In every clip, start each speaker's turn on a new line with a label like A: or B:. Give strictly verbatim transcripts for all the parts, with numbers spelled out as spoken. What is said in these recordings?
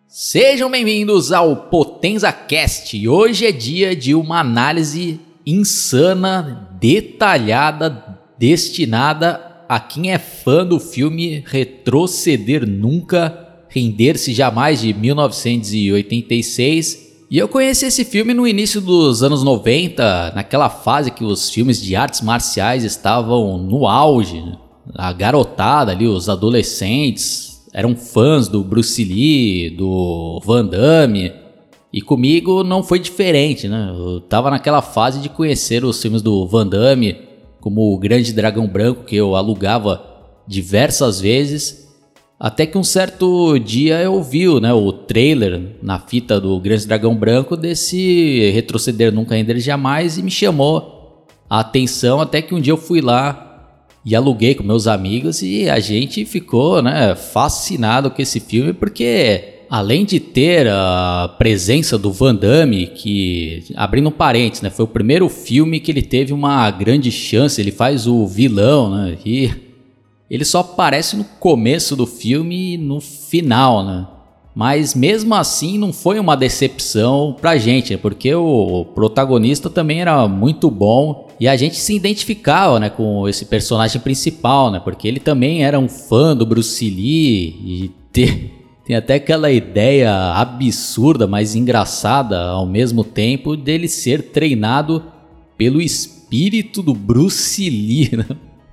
A: Sejam bem-vindos ao Potenza Cast e hoje é dia de uma análise insana, detalhada, destinada a quem é fã do filme Retroceder Nunca, Render-se Jamais de mil novecentos e oitenta e seis. E eu conheci esse filme no início dos anos noventa, naquela fase que os filmes de artes marciais estavam no auge, né? A garotada ali, os adolescentes, eram fãs do Bruce Lee, do Van Damme, e comigo não foi diferente, né? Eu tava naquela fase de conhecer os filmes do Van Damme, como o Grande Dragão Branco, que eu alugava diversas vezes, até que um certo dia eu vi, né, o trailer na fita do Grande Dragão Branco desse Retroceder Nunca, Render Jamais, e me chamou a atenção, até que um dia eu fui lá e aluguei com meus amigos e a gente ficou, né, fascinado com esse filme, porque além de ter a presença do Van Damme, que, abrindo um parênteses, né, foi o primeiro filme que ele teve uma grande chance, ele faz o vilão, né, e ele só aparece no começo do filme e no final, né? Mas mesmo assim não foi uma decepção pra gente, né? Porque o protagonista também era muito bom e a gente se identificava, né, com esse personagem principal, né? Porque ele também era um fã do Bruce Lee e te, tem até aquela ideia absurda, mas engraçada ao mesmo tempo, dele ser treinado pelo espírito do Bruce Lee, né?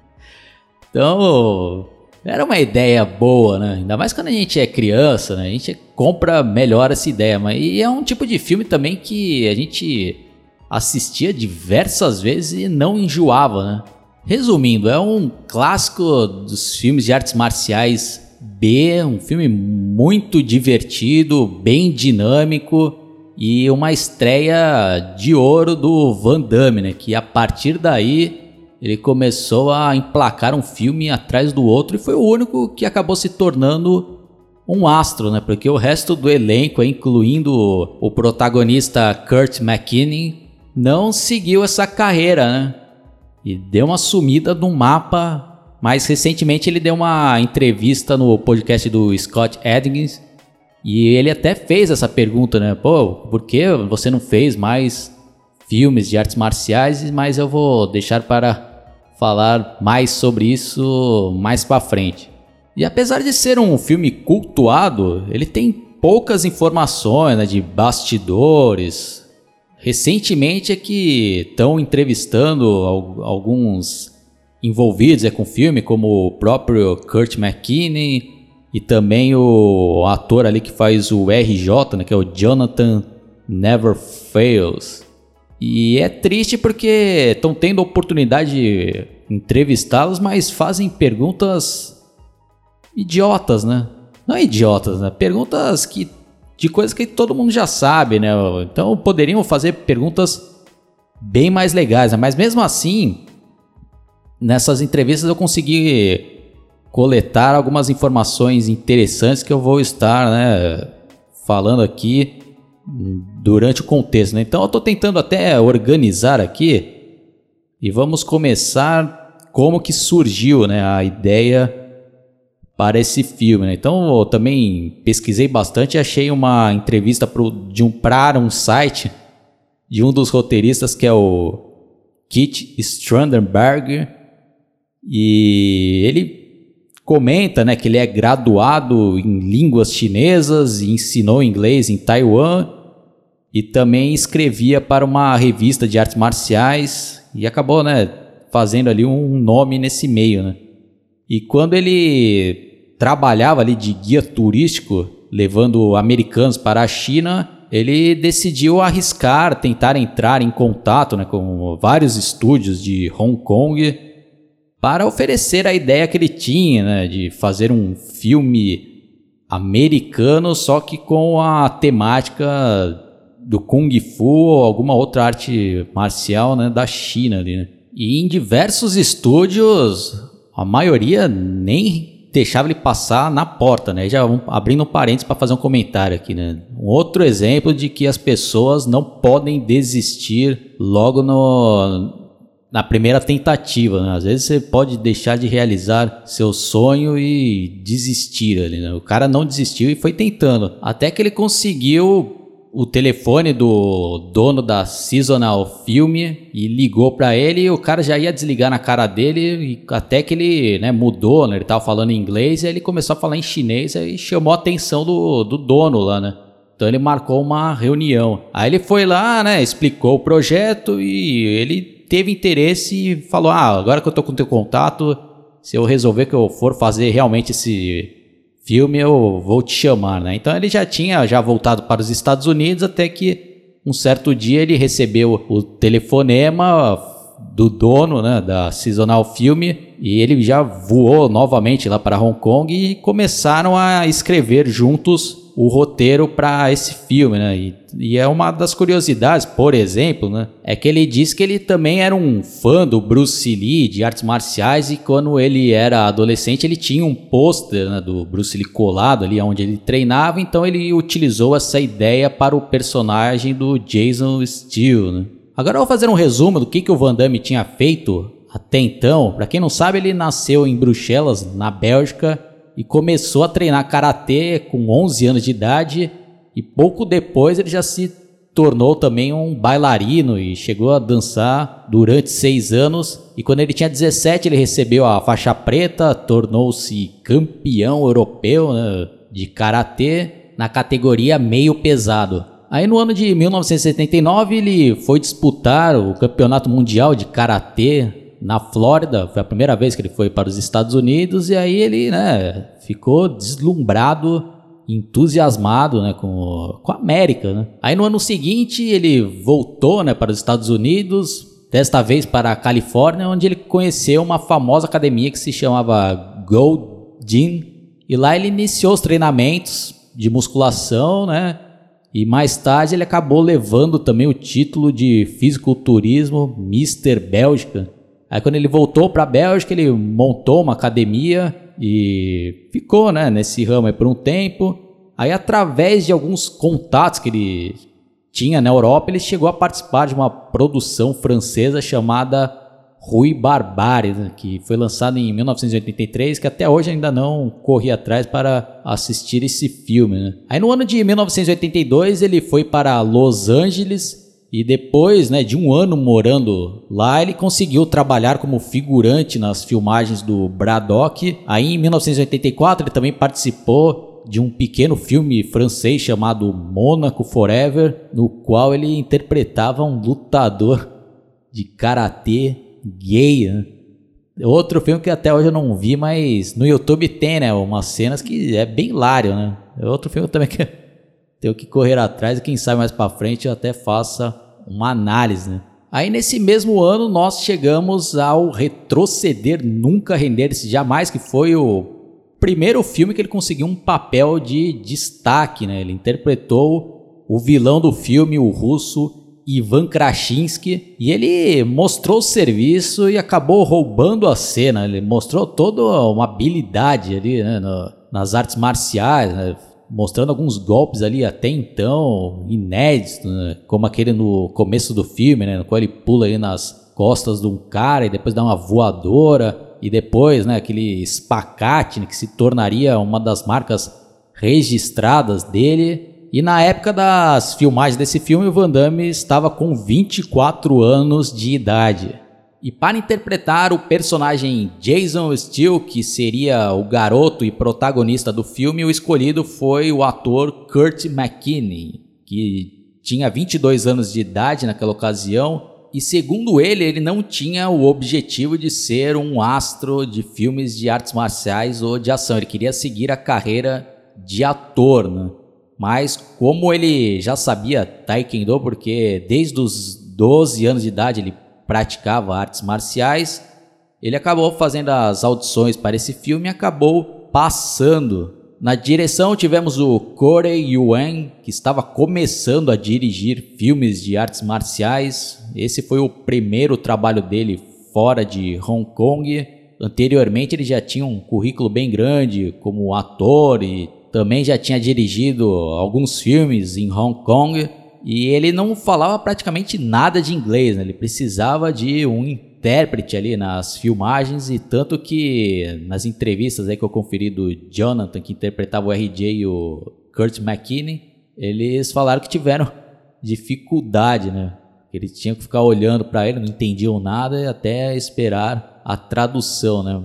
A: Então, era uma ideia boa, né? Ainda mais quando a gente é criança, né? A gente compra melhor essa ideia. Mas, e é um tipo de filme também que a gente assistia diversas vezes e não enjoava, né? Resumindo, é um clássico dos filmes de artes marciais B, um filme muito divertido, bem dinâmico e uma estreia de ouro do Van Damme, né? Que a partir daí ele começou a emplacar um filme atrás do outro e foi o único que acabou se tornando um astro, né? Porque o resto do elenco, incluindo o protagonista Kurt McKinney, não seguiu essa carreira, né? E deu uma sumida no mapa. Mais recentemente ele deu uma entrevista no podcast do Scott Adkins e ele até fez essa pergunta, né? Pô, por que você não fez mais filmes de artes marciais? Mas eu vou deixar para falar mais sobre isso mais pra frente. E apesar de ser um filme cultuado, ele tem poucas informações, né, de bastidores. Recentemente é que estão entrevistando alguns envolvidos é, com o filme, como o próprio Kurt McKinney e também o ator ali que faz o R J, né, que é o Jonathan Never Fails. E é triste porque estão tendo a oportunidade de entrevistá-los, mas fazem perguntas idiotas, né? Não idiotas, né? Perguntas que, de coisas que todo mundo já sabe, né? Então poderiam fazer perguntas bem mais legais, né? Mas mesmo assim, nessas entrevistas eu consegui coletar algumas informações interessantes que eu vou estar, né, falando aqui durante o contexto, né? Então eu estou tentando até organizar aqui e vamos começar como que surgiu, né, a ideia para esse filme, né? Então eu também pesquisei bastante e achei uma entrevista pro, de um, para um site de um dos roteiristas que é o Kit Strandenberger, e ele comenta, né, que ele é graduado em línguas chinesas e ensinou inglês em Taiwan e também escrevia para uma revista de artes marciais e acabou, né, fazendo ali um nome nesse meio, né? E quando ele trabalhava ali de guia turístico, levando americanos para a China, ele decidiu arriscar, tentar entrar em contato, né, com vários estúdios de Hong Kong para oferecer a ideia que ele tinha, né, de fazer um filme americano, só que com a temática do Kung Fu ou alguma outra arte marcial, né, da China ali, né? E em diversos estúdios, a maioria nem deixava ele passar na porta, né? Já abrindo um parênteses para fazer um comentário aqui, né? Um outro exemplo de que as pessoas não podem desistir logo no na primeira tentativa, né? Às vezes você pode deixar de realizar seu sonho e desistir ali, né? O cara não desistiu e foi tentando, até que ele conseguiu o telefone do dono da Seasonal Film e ligou pra ele, e o cara já ia desligar na cara dele, e até que ele, né, mudou, né? Ele tava falando em inglês, e aí ele começou a falar em chinês e chamou a atenção do, do dono lá, né? Então ele marcou uma reunião. Aí ele foi lá, né, explicou o projeto e ele teve interesse e falou: ah, agora que eu tô com o teu contato, se eu resolver que eu for fazer realmente esse filme, eu vou te chamar, né? Então ele já tinha já voltado para os Estados Unidos, até que um certo dia ele recebeu o telefonema do dono, né, da Seasonal Film, e ele já voou novamente lá para Hong Kong e começaram a escrever juntos o roteiro para esse filme, né? E, e é uma das curiosidades, por exemplo, né, é que ele diz que ele também era um fã do Bruce Lee, de artes marciais, e quando ele era adolescente ele tinha um pôster, né, do Bruce Lee colado ali onde ele treinava, então ele utilizou essa ideia para o personagem do Jason Steele, né? Agora eu vou fazer um resumo do que, que o Van Damme tinha feito até então. Para quem não sabe, ele nasceu em Bruxelas, na Bélgica, e começou a treinar karatê com onze anos de idade, e pouco depois ele já se tornou também um bailarino e chegou a dançar durante seis anos, e quando ele tinha dezessete ele recebeu a faixa preta, tornou-se campeão europeu, né, de karatê na categoria meio pesado. Aí no ano de mil novecentos e setenta e nove ele foi disputar o campeonato mundial de karatê na Flórida, foi a primeira vez que ele foi para os Estados Unidos, e aí ele, né, ficou deslumbrado, entusiasmado, né, com, com a América, né? Aí no ano seguinte ele voltou, né, para os Estados Unidos, desta vez para a Califórnia, onde ele conheceu uma famosa academia que se chamava Gold Gym, e lá ele iniciou os treinamentos de musculação, né? E mais tarde ele acabou levando também o título de fisiculturismo mister Bélgica. Aí quando ele voltou para a Bélgica, ele montou uma academia e ficou, né, nesse ramo aí por um tempo. Aí através de alguns contatos que ele tinha na Europa, ele chegou a participar de uma produção francesa chamada Rue Barbare, né, que foi lançada em mil novecentos e oitenta e três, que até hoje ainda não corri atrás para assistir esse filme, né? Aí no ano de mil novecentos e oitenta e dois ele foi para Los Angeles e depois, né, de um ano morando lá, ele conseguiu trabalhar como figurante nas filmagens do Braddock. Aí em mil novecentos e oitenta e quatro ele também participou de um pequeno filme francês chamado Monaco Forever, no qual ele interpretava um lutador de karatê gay, né? Outro filme que até hoje eu não vi, mas no YouTube tem, né, umas cenas que é bem hilário, né? É outro filme também que tenho que correr atrás, e quem sabe mais pra frente eu até faça uma análise, né? Aí nesse mesmo ano nós chegamos ao Retroceder Nunca Render-se Jamais, que foi o primeiro filme que ele conseguiu um papel de destaque, né? Ele interpretou o vilão do filme, o russo Ivan Krasinski, e ele mostrou o serviço e acabou roubando a cena. Ele mostrou toda uma habilidade ali, né, no, nas artes marciais, né, mostrando alguns golpes ali até então inéditos, né, como aquele no começo do filme, né, no qual ele pula ali nas costas de um cara e depois dá uma voadora, e depois, né, aquele espacate, né, que se tornaria uma das marcas registradas dele. E na época das filmagens desse filme, o Van Damme estava com vinte e quatro anos de idade. E para interpretar o personagem Jason Steele, que seria o garoto e protagonista do filme, o escolhido foi o ator Kurt McKinney, que tinha vinte e dois anos de idade naquela ocasião. E segundo ele, ele não tinha o objetivo de ser um astro de filmes de artes marciais ou de ação. Ele queria seguir a carreira de ator, né? Mas como ele já sabia Taekwondo, porque desde os doze anos de idade ele praticava artes marciais, ele acabou fazendo as audições para esse filme e acabou passando. Na direção tivemos o Corey Yuen, que estava começando a dirigir filmes de artes marciais. Esse foi o primeiro trabalho dele fora de Hong Kong. Anteriormente ele já tinha um currículo bem grande como ator e também já tinha dirigido alguns filmes em Hong Kong, e ele não falava praticamente nada de inglês, né? Ele precisava de um intérprete ali nas filmagens, e tanto que nas entrevistas aí que eu conferi do Jonathan, que interpretava o R J, e o Kurt McKinney, eles falaram que tiveram dificuldade, né? Eles tinham que ficar olhando para ele, não entendiam nada, e até esperar a tradução, né?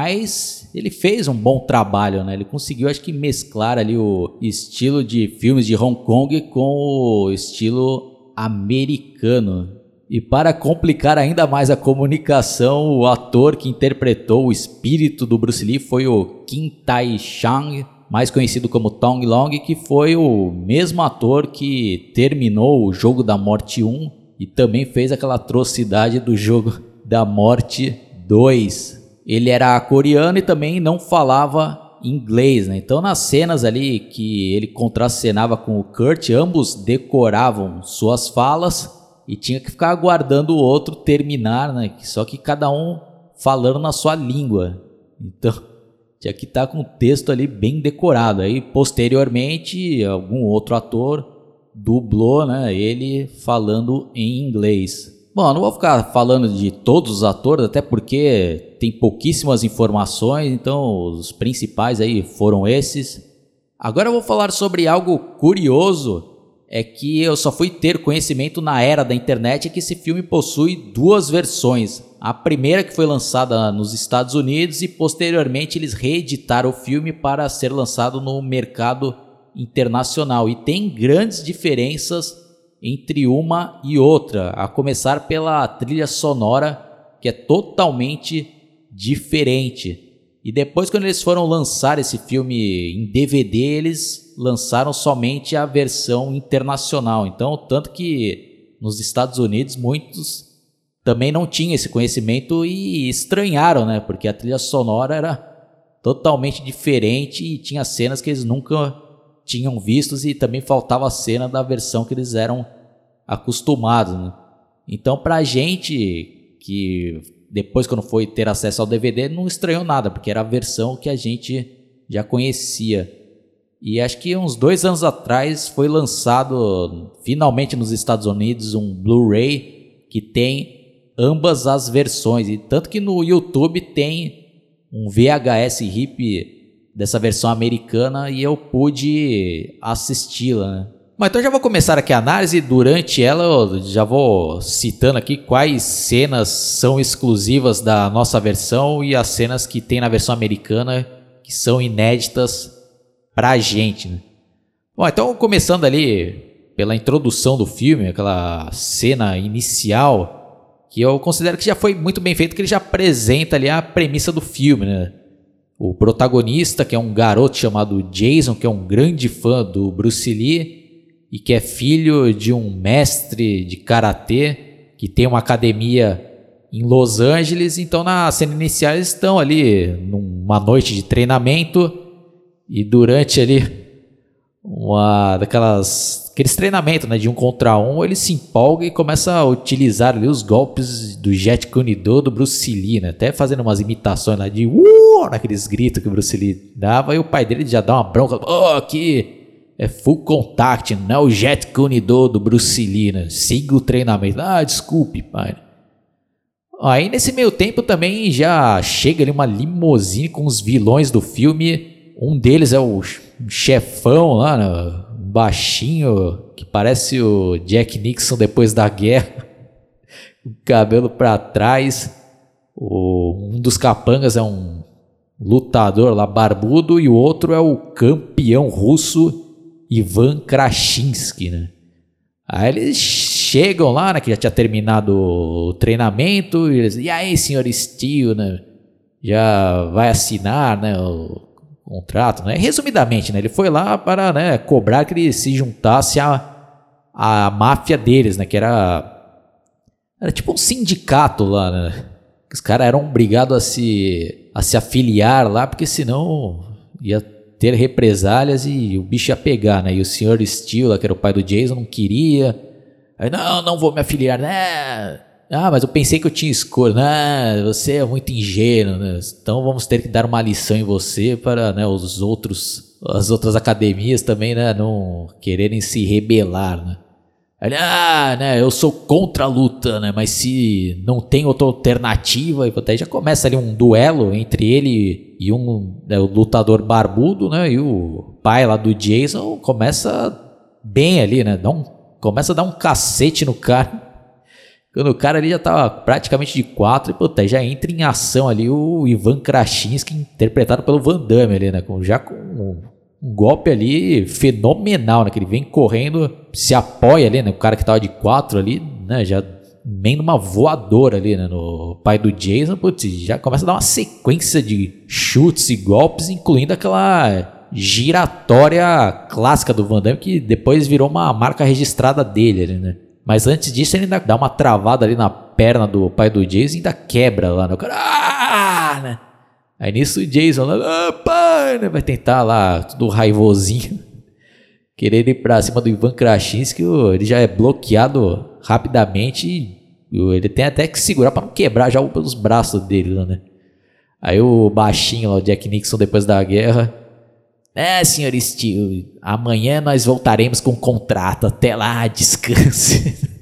A: Mas ele fez um bom trabalho, né? Ele conseguiu, acho que, mesclar ali o estilo de filmes de Hong Kong com o estilo americano. E para complicar ainda mais a comunicação, o ator que interpretou o espírito do Bruce Lee foi o Kim Tai-shang, mais conhecido como Tong Long, que foi o mesmo ator que terminou o Jogo da Morte um e também fez aquela atrocidade do Jogo da Morte dois. Ele era coreano e também não falava inglês, né? Então nas cenas ali que ele contracenava com o Kurt, ambos decoravam suas falas e tinha que ficar aguardando o outro terminar, né? Só que cada um falando na sua língua. Então tinha que estar com o texto ali bem decorado. Aí posteriormente algum outro ator dublou, né, ele falando em inglês. Bom, eu não vou ficar falando de todos os atores, até porque tem pouquíssimas informações, então os principais aí foram esses. Agora eu vou falar sobre algo curioso, é que eu só fui ter conhecimento na era da internet, é que esse filme possui duas versões. A primeira que foi lançada nos Estados Unidos e posteriormente eles reeditaram o filme para ser lançado no mercado internacional. E tem grandes diferenças entre uma e outra, a começar pela trilha sonora, que é totalmente diferente. E depois, quando eles foram lançar esse filme em D V D, eles lançaram somente a versão internacional. Então, tanto que nos Estados Unidos muitos também não tinham esse conhecimento e estranharam, né? Porque a trilha sonora era totalmente diferente e tinha cenas que eles nunca tinham vistos, e também faltava a cena da versão que eles eram acostumados, né? Então, pra gente que depois, quando foi ter acesso ao D V D, não estranhou nada, porque era a versão que a gente já conhecia. E acho que uns dois anos atrás foi lançado finalmente nos Estados Unidos um Blu-ray que tem ambas as versões, e tanto que no YouTube tem um V H S R I P dessa versão americana e eu pude assisti-la, né? Mas então já vou começar aqui a análise, e durante ela eu já vou citando aqui quais cenas são exclusivas da nossa versão e as cenas que tem na versão americana que são inéditas pra gente, né? Bom, então começando ali pela introdução do filme, aquela cena inicial que eu considero que já foi muito bem feito, que ele já apresenta ali a premissa do filme, né? O protagonista, que é um garoto chamado Jason, que é um grande fã do Bruce Lee e que é filho de um mestre de karatê que tem uma academia em Los Angeles. Então, na cena inicial, eles estão ali numa noite de treinamento e durante ali uma daquelas aqueles treinamentos, né, de um contra um, ele se empolga e começa a utilizar ali os golpes do Jeet Kune Do do Bruce Lee, né, até fazendo umas imitações lá de uh, naqueles gritos que o Bruce Lee dava, e o pai dele já dá uma bronca, oh, aqui é full contact, não é o Jeet Kune Do do Bruce Lee, né, siga o treinamento. Ah, desculpe, pai. Aí nesse meio tempo também já chega ali uma limusine com os vilões do filme. Um deles é o chefão lá, né, um baixinho que parece o Jack Nixon depois da guerra, o cabelo para trás. O, um dos capangas é um lutador lá barbudo e o outro é o campeão russo Ivan Krashinsky, né? Aí eles chegam lá, né, que já tinha terminado o treinamento, e eles, e aí, senhor Steel, né, já vai assinar, né, o contrato, né? Resumidamente, né, ele foi lá para, né, cobrar que ele se juntasse à, à máfia deles, né, que era, era tipo um sindicato lá, né? Os caras eram obrigados a se, a se afiliar lá, porque senão ia ter represálias e o bicho ia pegar, né? E o senhor Steel, lá, que era o pai do Jason, não queria. Aí, não, não vou me afiliar, né? Ah, mas eu pensei que eu tinha escolha. Né? Você é muito ingênuo, né? Então vamos ter que dar uma lição em você para, né, os outros, as outras academias também, né, não quererem se rebelar, né? Ele, ah, né, eu sou contra a luta, né, mas se não tem outra alternativa, e até já começa ali um duelo entre ele e um, né, o lutador barbudo, né, e o pai lá do Jason começa bem ali, né, dá um, começa a dar um cacete no cara. Quando o cara ali já tava praticamente de quatro, e puta, já entra em ação ali o Ivan Krasinski, interpretado pelo Van Damme ali, né? Com, já com um, um golpe ali fenomenal, né? Que ele vem correndo, se apoia ali, né? O cara que tava de quatro ali, né? Já emenda uma voadora ali, né? No pai do Jason, putz, já começa a dar uma sequência de chutes e golpes, incluindo aquela giratória clássica do Van Damme, que depois virou uma marca registrada dele ali, né? Mas antes disso ele ainda dá uma travada ali na perna do pai do Jason e ainda quebra lá, né? O cara, ah, né? Aí nisso o Jason lá, ah, pai, né? Vai tentar lá, tudo raivosinho, querer ir pra cima do Ivan Krasinski, ele já é bloqueado rapidamente e ele tem até que segurar pra não quebrar já pelos braços dele lá, né? Aí o baixinho lá, o Jack Nixon, depois da guerra, é, senhor Steele, amanhã nós voltaremos com um contrato, até lá, descanse.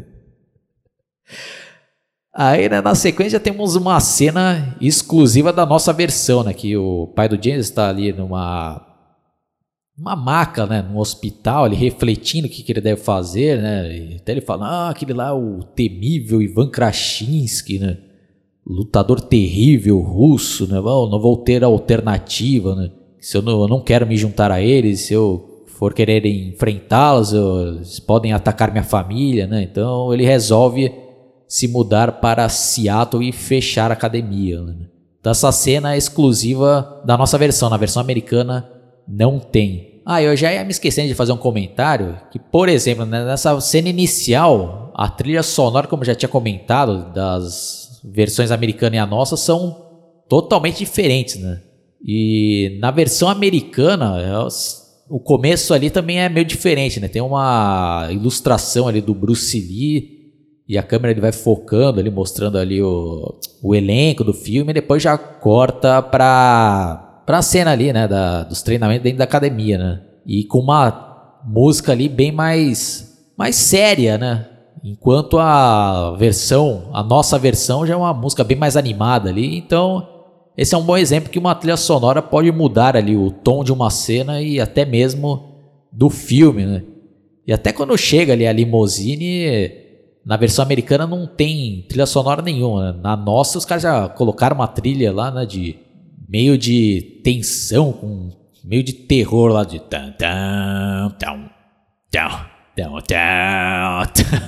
A: Aí, né, na sequência temos uma cena exclusiva da nossa versão, né, que o pai do James está ali numa uma maca, né, num hospital, ele refletindo o que, que ele deve fazer, né, e até ele fala, ah, aquele lá, o temível Ivan Krasinski, né, lutador terrível russo, né, oh, não vou ter alternativa, né. Se eu não, eu não quero me juntar a eles, se eu for querer enfrentá-los, eles podem atacar minha família, né? Então ele resolve se mudar para Seattle e fechar a academia, né? Então essa cena é exclusiva da nossa versão, na versão americana não tem. Ah, eu já ia me esquecendo de fazer um comentário, que por exemplo, né, nessa cena inicial, a trilha sonora, como eu já tinha comentado, das versões americana e a nossa, são totalmente diferentes, né? E na versão americana, o começo ali também é meio diferente, né? Tem uma ilustração ali do Bruce Lee e a câmera ele vai focando ali, mostrando ali o, o elenco do filme e depois já corta pra, pra cena ali, né? Da, dos treinamentos dentro da academia, né? E com uma música ali bem mais, mais séria, né? Enquanto a versão, a nossa versão já é uma música bem mais animada ali, então... Esse é um bom exemplo que uma trilha sonora pode mudar ali o tom de uma cena e até mesmo do filme, né? E até quando chega ali a limousine, na versão americana não tem trilha sonora nenhuma, né? Na nossa os caras já colocaram uma trilha lá, né, de meio de tensão, com meio de terror lá de tan tan tan tan tan tan.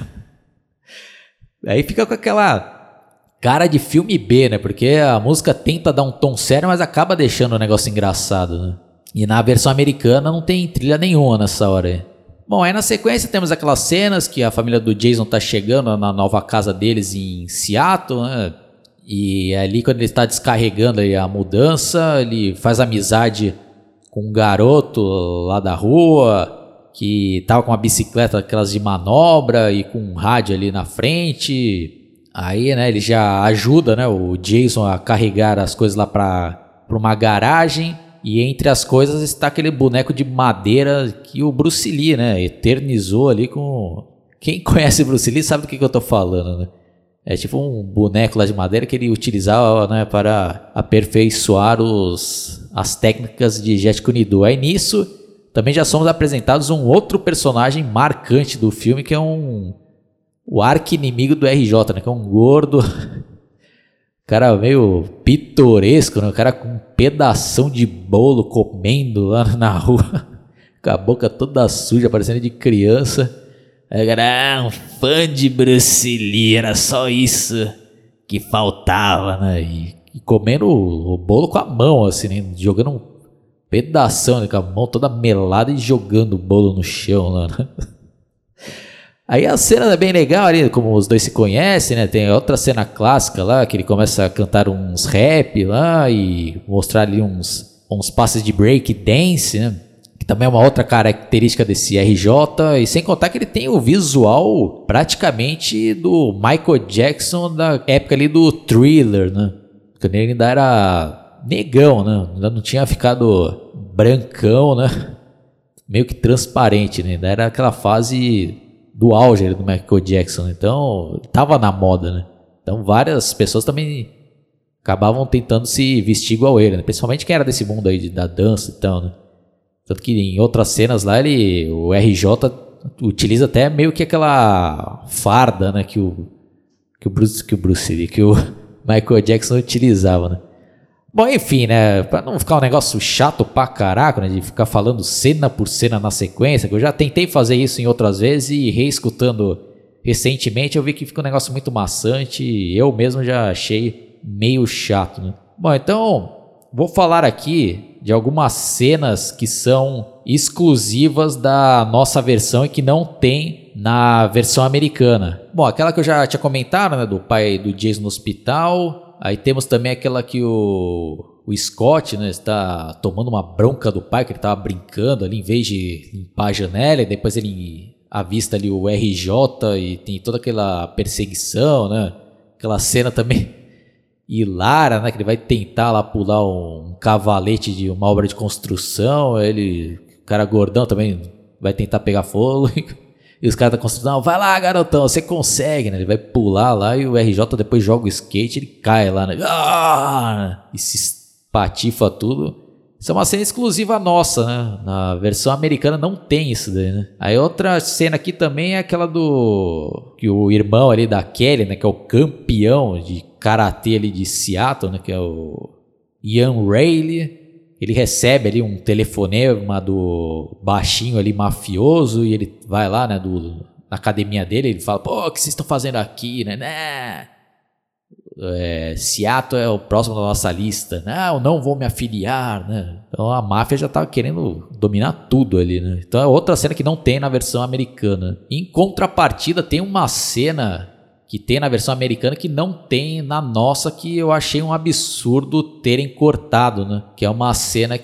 A: Aí fica com aquela cara de filme B, né? Porque a música tenta dar um tom sério, mas acaba deixando o negócio engraçado, né? E na versão americana não tem trilha nenhuma nessa hora aí. Bom, aí na sequência temos aquelas cenas que a família do Jason tá chegando na nova casa deles em Seattle, né? E ali quando ele está descarregando aí a mudança, ele faz amizade com um garoto lá da rua que tava com uma bicicleta, aquelas de manobra e com um rádio ali na frente. Aí, né, ele já ajuda, né, o Jason a carregar as coisas lá para uma garagem. E entre as coisas está aquele boneco de madeira que o Bruce Lee, né, eternizou ali com... Quem conhece Bruce Lee sabe do que, que eu tô falando, né? É tipo um boneco lá de madeira que ele utilizava, né, para aperfeiçoar os, as técnicas de Jeet Kune Do. Aí nisso também já somos apresentados um outro personagem marcante do filme, que é um... o arqui-inimigo do R J, né? Que é um gordo, cara meio pitoresco, né? O cara com um pedação de bolo comendo lá na rua, com a boca toda suja, parecendo de criança. Aí, cara, ah, um fã de Bruce Lee, era só isso que faltava, né? E, e comendo o, o bolo com a mão, assim, né? Jogando um pedação, né? Com a mão toda melada e jogando o bolo no chão lá, né? Aí a cena é bem legal ali, como os dois se conhecem, né? Tem outra cena clássica lá, que ele começa a cantar uns rap lá e mostrar ali uns, uns passos de break dance, né? Que também é uma outra característica desse R J. E sem contar que ele tem o visual praticamente do Michael Jackson da época ali do Thriller, né? Quando ele ainda era negão, né? Ainda não tinha ficado brancão, né? Meio que transparente, né? Ainda era aquela fase... do auge do Michael Jackson. Então, tava na moda, né? Então, várias pessoas também acabavam tentando se vestir igual ele, né? Principalmente quem era desse mundo aí de, da dança e tal, né? Tanto que em outras cenas lá, ele, o R J utiliza até meio que aquela farda, né? Que o, que o Bruce, que o Bruce, que o Michael Jackson utilizava, né? Bom, enfim, né, pra não ficar um negócio chato pra caraca, né, de ficar falando cena por cena na sequência, que eu já tentei fazer isso em outras vezes e reescutando recentemente eu vi que fica um negócio muito maçante e eu mesmo já achei meio chato, né. Bom, então vou falar aqui de algumas cenas que são exclusivas da nossa versão e que não tem na versão americana. Bom, aquela que eu já tinha comentado, né, do pai do Jason no hospital. Aí temos também aquela que o, o Scott, né, está tomando uma bronca do pai, que ele estava brincando ali, em vez de limpar a janela, e depois ele avista ali o R J e tem toda aquela perseguição, né? Aquela cena também hilária, né, que ele vai tentar lá pular um cavalete de uma obra de construção, ele, o cara gordão também vai tentar pegar fogo. E os caras da construção, vai lá, garotão, você consegue, né? Ele vai pular lá e o R J depois joga o skate, ele cai lá, né? Ah! E se espatifa tudo. Isso é uma cena exclusiva nossa, né? Na versão americana não tem isso daí, né? Aí outra cena aqui também é aquela do... que o irmão ali da Kelly, né? Que é o campeão de karatê ali de Seattle, né? Que é o Ian Rayleigh. Ele recebe ali um telefonema do baixinho ali mafioso e ele vai lá, né, do, na academia dele, ele fala, pô, o que vocês estão fazendo aqui, né, né? É, Seattle é o próximo da nossa lista, não, não vou me afiliar, né? Então a máfia já tá querendo dominar tudo ali, né? Então é outra cena que não tem na versão americana. Em contrapartida tem uma cena que tem na versão americana que não tem na nossa, que eu achei um absurdo terem cortado, né? Que é uma cena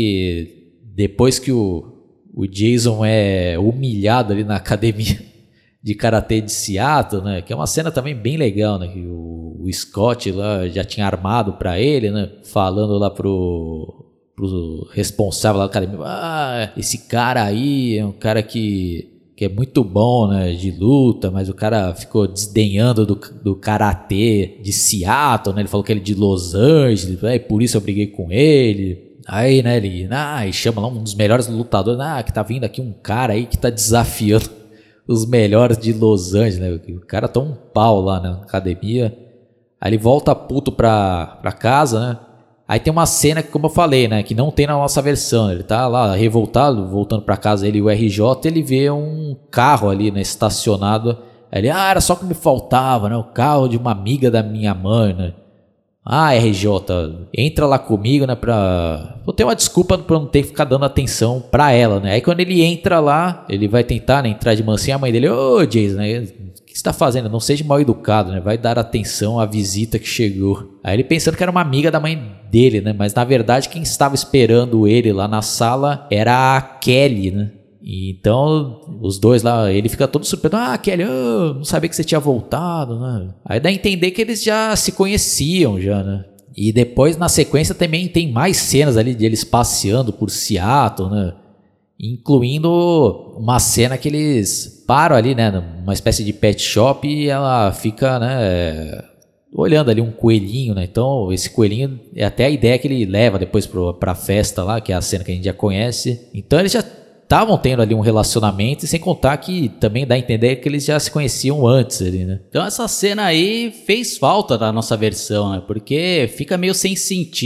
A: que depois que o, o Jason é humilhado ali na academia de karatê de Seattle, né? Que é uma cena também bem legal, né? Que o, o Scott lá já tinha armado pra ele, né? Falando lá pro, pro responsável lá da academia, ah, esse cara aí é um cara que que é muito bom, né, de luta, mas o cara ficou desdenhando do, do karatê de Seattle, né, ele falou que ele é de Los Angeles, né, e por isso eu briguei com ele. Aí, né, ele ah, e chama lá um dos melhores lutadores, ah, que tá vindo aqui um cara aí que tá desafiando os melhores de Los Angeles, né, o cara toma um pau lá na academia, aí ele volta puto pra, pra casa, né. Aí tem uma cena que, como eu falei, né, que não tem na nossa versão. Ele tá lá revoltado, voltando pra casa, ele e o R J, ele vê um carro ali, né, estacionado. Aí ele, ah, era só o que me faltava, né, o carro de uma amiga da minha mãe, né. Ah, R J, entra lá comigo, né, pra... Vou ter uma desculpa pra não ter que ficar dando atenção pra ela, né. Aí quando ele entra lá, ele vai tentar, né, entrar de mansinho, a mãe dele, ô, oh, Jason, né, o que você tá fazendo? Não seja mal educado, né, vai dar atenção à visita que chegou. Aí ele pensando que era uma amiga da mãe dele, né, mas na verdade quem estava esperando ele lá na sala era a Kelly, né. E então os dois lá, ele fica todo surpreso, ah, Kelly, eu não sabia que você tinha voltado, né. Aí dá a entender que eles já se conheciam já, né. E depois na sequência também tem mais cenas ali de eles passeando por Seattle, né, incluindo uma cena que eles param ali, né, numa espécie de pet shop e ela fica, né, olhando ali um coelhinho, né, então esse coelhinho é até a ideia que ele leva depois pro, pra festa lá, que é a cena que a gente já conhece. Então eles já estavam tendo ali um relacionamento, e sem contar que também dá a entender que eles já se conheciam antes ali, né. Então essa cena aí fez falta na nossa versão, né, porque fica meio sem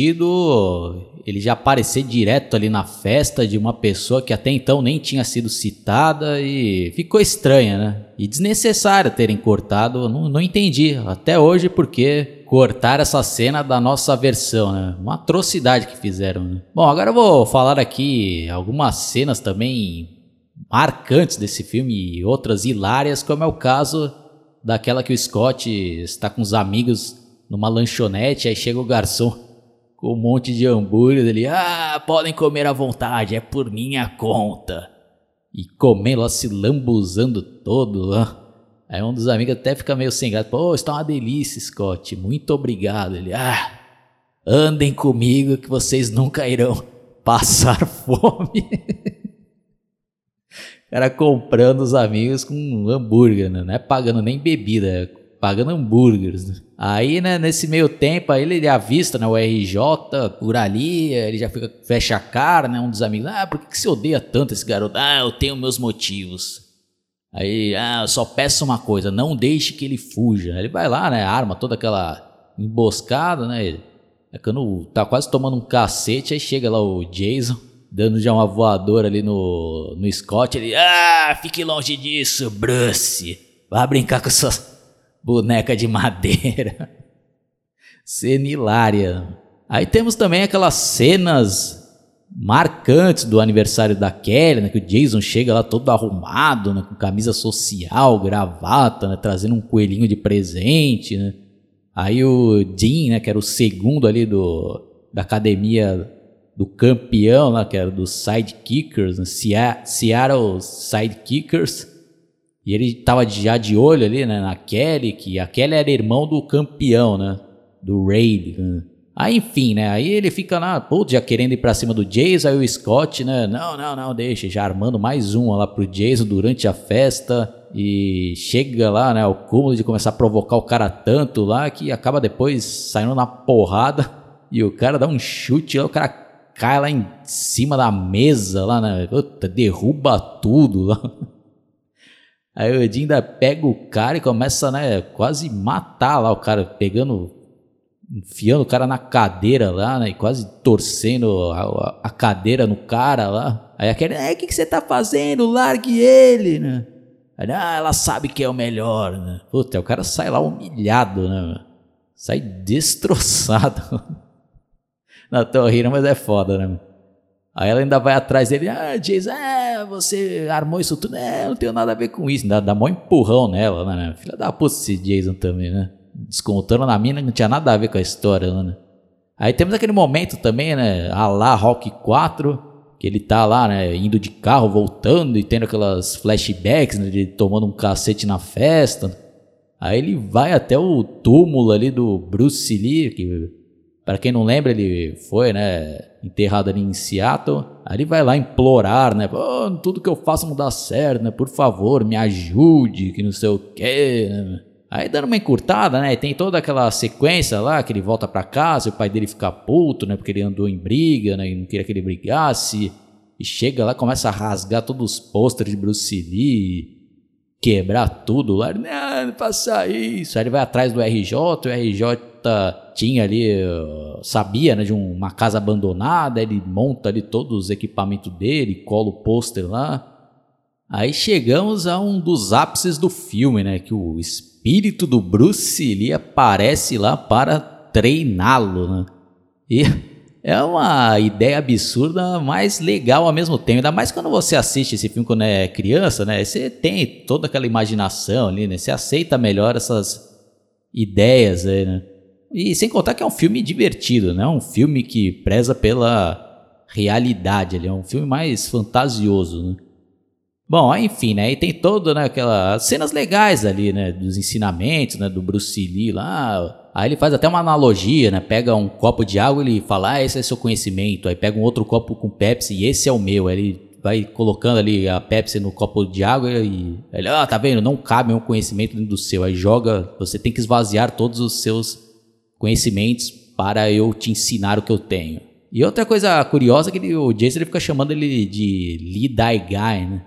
A: sentido ele já aparecer direto ali na festa de uma pessoa que até então nem tinha sido citada, e ficou estranha, né, e desnecessário terem cortado, não, não entendi até hoje porque cortar essa cena da nossa versão, né? Uma atrocidade que fizeram, né? Bom, agora eu vou falar aqui algumas cenas também marcantes desse filme e outras hilárias, como é o caso daquela que o Scott está com os amigos numa lanchonete, aí chega o garçom com um monte de hambúrguer, ele, ah, podem comer à vontade, é por minha conta. E comendo lá, se lambuzando todo lá. Aí um dos amigos até fica meio sem graça. Pô, está uma delícia, Scott. Muito obrigado. Ele, ah, andem comigo que vocês nunca irão passar fome. cara comprando os amigos com hambúrguer, né? Não é pagando nem bebida, é pagando hambúrgueres. Né? Aí, né, nesse meio tempo, aí ele avista, né, o R J por ali, ele já fica, fecha a cara, né? Um dos amigos, ah, por que, que você odeia tanto esse garoto? Ah, eu tenho meus motivos. Aí, ah, eu só peço uma coisa, não deixe que ele fuja. Ele vai lá, né, arma toda aquela emboscada, né? É quando tá quase tomando um cacete, aí chega lá o Jason, dando já uma voadora ali no, no Scott. Ele, ah, fique longe disso, Bruce. Vá brincar com suas bonecas de madeira. Cena hilária. Aí temos também aquelas cenas marcantes do aniversário da Kelly, né, que o Jason chega lá todo arrumado, né, com camisa social, gravata, né, trazendo um coelhinho de presente, né. Aí o Dean, né, que era o segundo ali do, da academia do campeão lá, que era dos Sidekickers, né, Seattle Sidekickers, e ele tava já de olho ali, né, na Kelly, que a Kelly era irmão do campeão, né, do Raid, né. Aí, enfim, né, aí ele fica lá, pô, já querendo ir pra cima do Jason, aí o Scott, né, não, não, não, deixa, já armando mais uma lá pro Jason durante a festa, e chega lá, né, ao cúmulo de começar a provocar o cara tanto lá, que acaba depois saindo na porrada, e o cara dá um chute lá, o cara cai lá em cima da mesa, lá, né, puta, derruba tudo lá. Aí o Dean ainda pega o cara e começa, né, quase matar lá o cara, pegando... enfiando o cara na cadeira lá, né, e quase torcendo a, a, a cadeira no cara lá. Aí aquele, é, o que, que você tá fazendo? Largue ele, né. Aí, ah, ela sabe que é o melhor, né. Puta, o cara sai lá humilhado, né, sai destroçado. Não, tô rindo, mas é foda, né. Aí ela ainda vai atrás dele, ah, Jason, é, você armou isso tudo, é, não tenho nada a ver com isso, dá, dá mó empurrão nela, né, filha da puta esse Jason também, né. Descontando na mina, não tinha nada a ver com a história, né? Aí temos aquele momento também, né? A lá Rock quatro, que ele tá lá, né? Indo de carro, voltando e tendo aquelas flashbacks, né? De tomando um cacete na festa. Aí ele vai até o túmulo ali do Bruce Lee, que para quem não lembra, ele foi, né? Enterrado ali em Seattle. Aí ele vai lá implorar, né? Oh, tudo que eu faço não dá certo, né? Por favor, me ajude, que não sei o quê, né? Aí dando uma encurtada, né, tem toda aquela sequência lá, que ele volta pra casa, e o pai dele fica puto, né, porque ele andou em briga, né, e não queria que ele brigasse, e chega lá, começa a rasgar todos os pôsteres de Bruce Lee, quebrar tudo lá, não, não faça isso. Aí ele vai atrás do R J, o R J tinha ali, sabia, né, de uma casa abandonada, ele monta ali todos os equipamentos dele, cola o pôster lá. Aí chegamos a um dos ápices do filme, né, que o espírito do Bruce Lee aparece lá para treiná-lo, né? E é uma ideia absurda, mas legal ao mesmo tempo. Ainda mais quando você assiste esse filme quando é criança, né? Você tem toda aquela imaginação ali, né? Você aceita melhor essas ideias aí, né? E sem contar que é um filme divertido, né? Um filme que preza pela realidade, ele é um filme mais fantasioso, né? Bom, aí, enfim, né, e tem todas, né, aquelas cenas legais ali, né, dos ensinamentos, né, do Bruce Lee lá. Aí ele faz até uma analogia, né, pega um copo de água e ele fala, ah, esse é seu conhecimento. Aí pega um outro copo com Pepsi e esse é o meu. Aí ele vai colocando ali a Pepsi no copo de água e ele, ah, tá vendo, não cabe um conhecimento dentro do seu. Aí joga, você tem que esvaziar todos os seus conhecimentos para eu te ensinar o que eu tenho. E outra coisa curiosa é que ele, o Jason ele fica chamando ele de Lee Die Guy, né.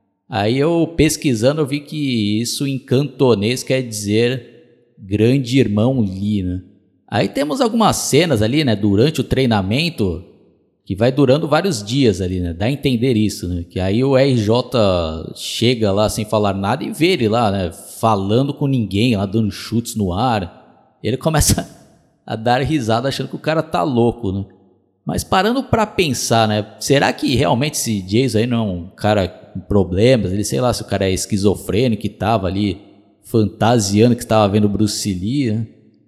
A: Aí eu pesquisando eu vi que isso em cantonês quer dizer grande irmão Lee, né? Aí temos algumas cenas ali, né, durante o treinamento que vai durando vários dias ali, né? Dá a entender isso, né? Que aí o R J chega lá sem falar nada e vê ele lá, né, falando com ninguém, lá dando chutes no ar. Ele começa a dar risada achando que o cara tá louco, né? Mas parando pra pensar, né? Será que realmente esse Jason aí não é um cara com problemas? Ele, sei lá, se o cara é esquizofrênico que tava ali fantasiando que estava vendo Bruce Lee, né?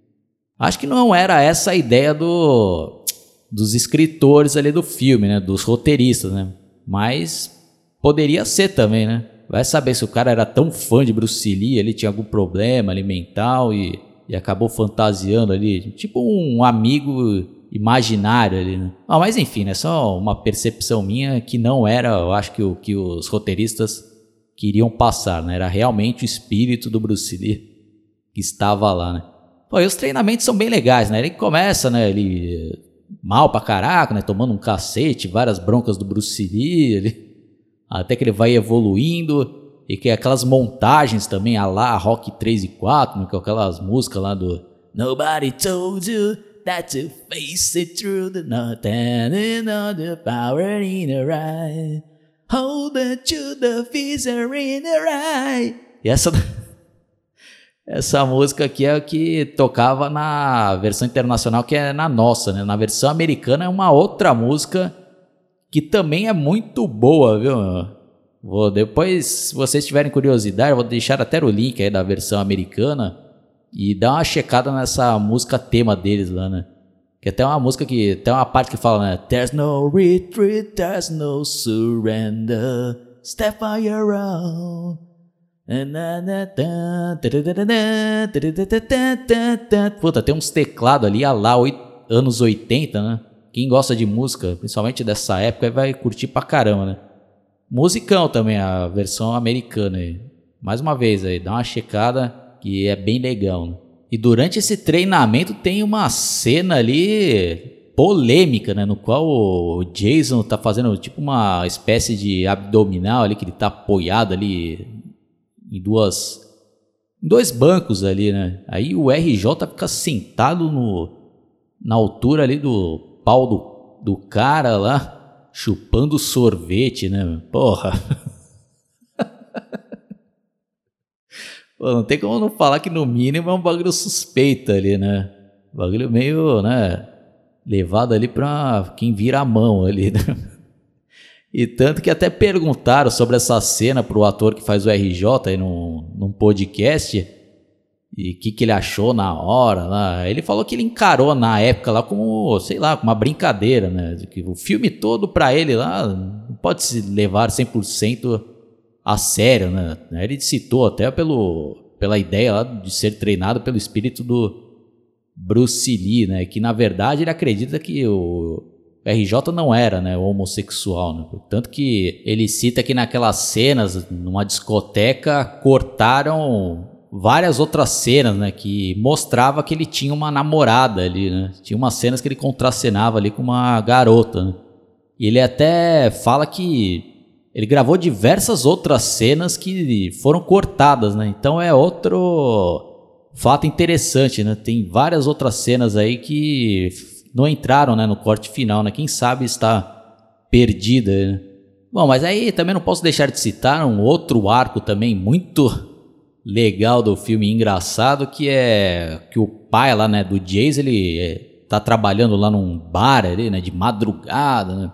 A: Acho que não era essa a ideia do, dos escritores ali do filme, né? Dos roteiristas, né? Mas poderia ser também, né? Vai saber se o cara era tão fã de Bruce Lee, ele tinha algum problema ali mental e, e acabou fantasiando ali. Tipo um amigo imaginário ali, né? Ah, mas enfim, é né? Só uma percepção minha que não era, eu acho que o que os roteiristas queriam passar, né? Era realmente o espírito do Bruce Lee que estava lá, né? Pô, e os treinamentos são bem legais, né? Ele começa, né? Ele mal pra caraca, né? Tomando um cacete, várias broncas do Bruce Lee, ele... até que ele vai evoluindo. E que aquelas montagens também, a lá Rock três e quatro, né? Com aquelas músicas lá do Nobody told you that to face it through the not and the power in the right. Hold it to the visor in the right. E essa, essa música aqui é o que tocava na versão internacional, que é na nossa, né? Na versão americana é uma outra música que também é muito boa, viu? Vou, depois, se vocês tiverem curiosidade, eu vou deixar até o link aí da versão americana e dar uma checada nessa música tema deles lá, né? Que até uma música que tem uma parte que fala, né? There's no retreat, there's no surrender, step on your own. Puta, tem uns teclados ali, a lá, anos oitenta, né? Quem gosta de música, principalmente dessa época, vai curtir pra caramba, né? Musicão também, a versão americana aí. Mais uma vez aí, dá uma checada que é bem legal, né? E durante esse treinamento tem uma cena ali polêmica, né? No qual o Jason tá fazendo tipo uma espécie de abdominal ali, que ele tá apoiado ali em duas... em dois bancos ali, né? Aí o R J fica sentado no, na altura ali do pau do, do cara lá, chupando sorvete, né? Porra. Pô, não tem como não falar que no mínimo é um bagulho suspeito ali, né? Bagulho meio, né? Levado ali pra quem vira a mão ali, né? E tanto que até perguntaram sobre essa cena pro ator que faz o R J aí num, num podcast e o que, que ele achou na hora lá. Ele falou que ele encarou na época lá como, sei lá, como uma brincadeira, né? Que o filme todo pra ele lá não pode se levar cem por cento a sério, né? Ele citou até pelo, pela ideia lá de ser treinado pelo espírito do Bruce Lee, né? Que na verdade ele acredita que o R J não era, né, homossexual, né? Tanto que ele cita que naquelas cenas, numa discoteca, cortaram várias outras cenas, né, que mostrava que ele tinha uma namorada ali, né? Tinha umas cenas que ele contracenava ali com uma garota, né? E ele até fala que ele gravou diversas outras cenas que foram cortadas, né? Então é outro fato interessante, né? Tem várias outras cenas aí que não entraram, né, no corte final, né? Quem sabe está perdida, né? Bom, mas aí também não posso deixar de citar um outro arco também muito legal do filme, engraçado, que é que o pai lá, né, do Jason, ele é, tá trabalhando lá num bar ali, né, de madrugada, né?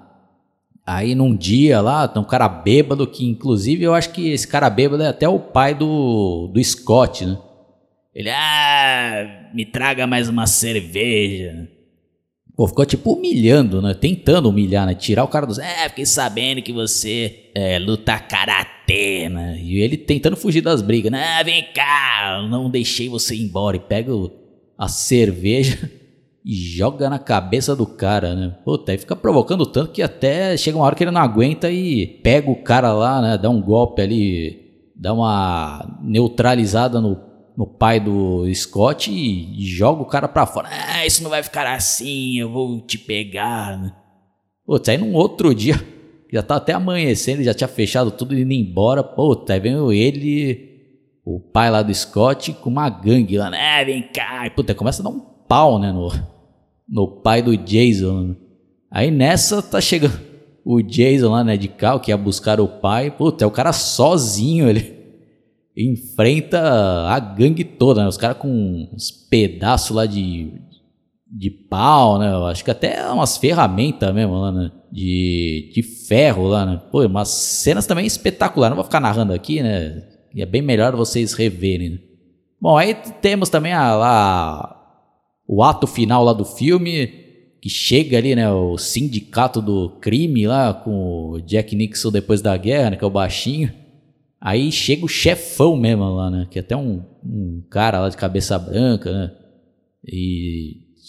A: Aí num dia lá, tem um cara bêbado, que inclusive eu acho que esse cara bêbado é até o pai do, do Scott, né? Ele, ah, me traga mais uma cerveja. Pô, ficou tipo humilhando, né? Tentando humilhar, né? Tirar o cara dos... É, fiquei sabendo que você é, luta karatê, né? E ele tentando fugir das brigas, né? Ah, vem cá, eu não deixei você ir embora. E pega o, a cerveja e joga na cabeça do cara, né? Puta, aí fica provocando tanto que até chega uma hora que ele não aguenta e pega o cara lá, né? Dá um golpe ali, dá uma neutralizada no no pai do Scott e, e joga o cara pra fora. Ah, isso não vai ficar assim, eu vou te pegar, né? Putz, aí num outro dia, já tá até amanhecendo, já tinha fechado tudo e indo embora. Putz, aí vem ele, o pai lá do Scott, com uma gangue lá, né? Ah, vem cá. E, puta, começa a dar um pau, né, no, no pai do Jason, né? Aí nessa tá chegando o Jason lá, né, de carro, que ia buscar o pai. Puta, é o cara sozinho, ele enfrenta a gangue toda, né? Os caras com uns pedaços lá de, de pau, né? Eu acho que até umas ferramentas mesmo lá, né? De, de ferro lá, né? Pô, umas cenas também espetaculares. Não vou ficar narrando aqui, né? E é bem melhor vocês reverem, né? Bom, aí temos também a, lá, o ato final lá do filme, que chega ali, né? O sindicato do crime lá com o Jack Nixon depois da guerra, né? Que é o baixinho. Aí chega o chefão mesmo lá, né? Que é até um, um cara lá de cabeça branca, né? E